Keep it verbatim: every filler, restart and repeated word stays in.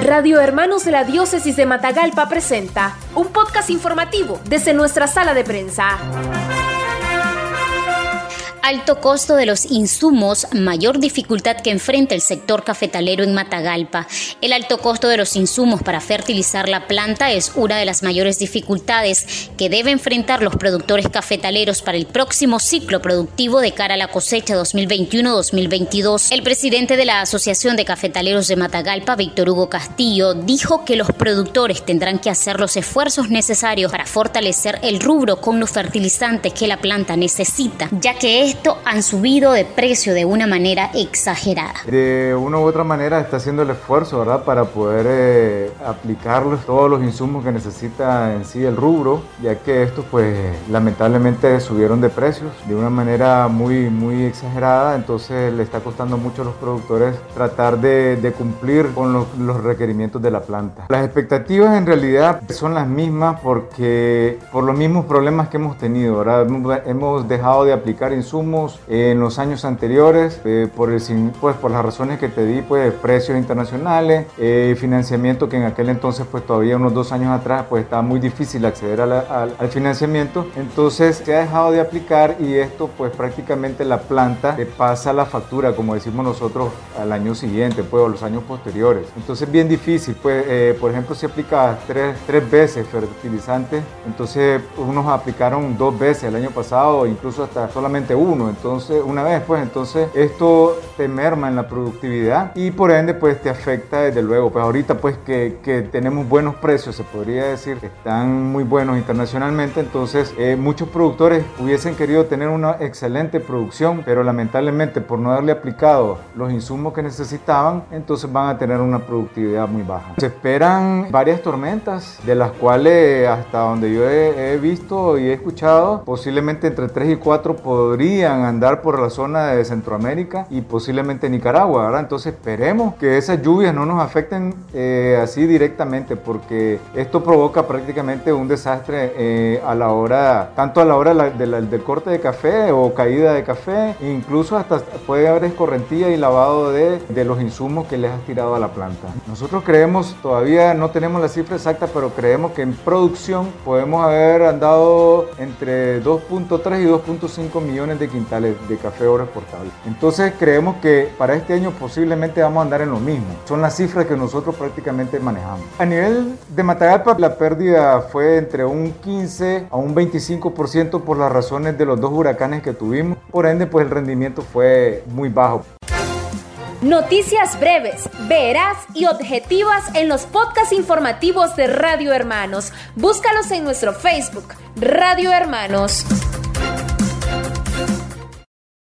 Radio Hermanos de la Diócesis de Matagalpa presenta un podcast informativo desde nuestra sala de prensa. Alto costo de los insumos, mayor dificultad que enfrenta el sector cafetalero en Matagalpa. El alto costo de los insumos para fertilizar la planta es una de las mayores dificultades que deben enfrentar los productores cafetaleros para el próximo ciclo productivo de cara a la cosecha dos mil veintiuno dos mil veintidós. El presidente de la Asociación de Cafetaleros de Matagalpa, Víctor Hugo Castillo, dijo que los productores tendrán que hacer los esfuerzos necesarios para fortalecer el rubro con los fertilizantes que la planta necesita, ya que es Esto han subido de precio de una manera exagerada. De una u otra manera está haciendo el esfuerzo, ¿verdad?, para poder eh, aplicarlos todos los insumos que necesita en sí el rubro, ya que estos pues lamentablemente subieron de precios de una manera muy, muy exagerada, entonces le está costando mucho a los productores tratar de, de cumplir con los, los requerimientos de la planta. Las expectativas en realidad son las mismas porque por los mismos problemas que hemos tenido, ¿verdad? Hemos dejado de aplicar insumos en los años anteriores eh, por, el, pues, por las razones que te di, pues precios internacionales, eh, financiamiento que en aquel entonces pues todavía unos dos años atrás pues estaba muy difícil acceder a la, al, al financiamiento, entonces se ha dejado de aplicar y esto pues prácticamente la planta te pasa la factura, como decimos nosotros, al año siguiente pues o los años posteriores, entonces bien difícil pues eh, por ejemplo si aplicas tres, tres veces fertilizantes, entonces unos aplicaron dos veces el año pasado o incluso hasta solamente uno. Entonces, una vez, pues, entonces esto te merma en la productividad y por ende, pues, te afecta desde luego. Pues ahorita, pues, que, que tenemos buenos precios, se podría decir, que están muy buenos internacionalmente, entonces eh, muchos productores hubiesen querido tener una excelente producción, pero lamentablemente por no haberle aplicado los insumos que necesitaban, entonces van a tener una productividad muy baja. Se esperan varias tormentas, de las cuales hasta donde yo he, he visto y he escuchado, posiblemente entre tres y cuatro podrían andar por la zona de Centroamérica y posiblemente Nicaragua, ¿verdad? Entonces esperemos que esas lluvias no nos afecten eh, así directamente, porque esto provoca prácticamente un desastre eh, a la hora, tanto a la hora la, de la, del corte de café o caída de café, incluso hasta puede haber escorrentía y lavado de, de los insumos que les has tirado a la planta. Nosotros creemos, todavía no tenemos la cifra exacta, pero creemos que en producción podemos haber andado entre dos punto tres y dos punto cinco millones de quintales de café oro exportable. Entonces creemos que para este año posiblemente vamos a andar en lo mismo. Son las cifras que nosotros prácticamente manejamos. A nivel de Matagalpa la pérdida fue entre un quince a un veinticinco por ciento por las razones de los dos huracanes que tuvimos. Por ende pues el rendimiento fue muy bajo. Noticias breves, veraz y objetivas en los podcasts informativos de Radio Hermanos. Búscalos en nuestro Facebook, Radio Hermanos.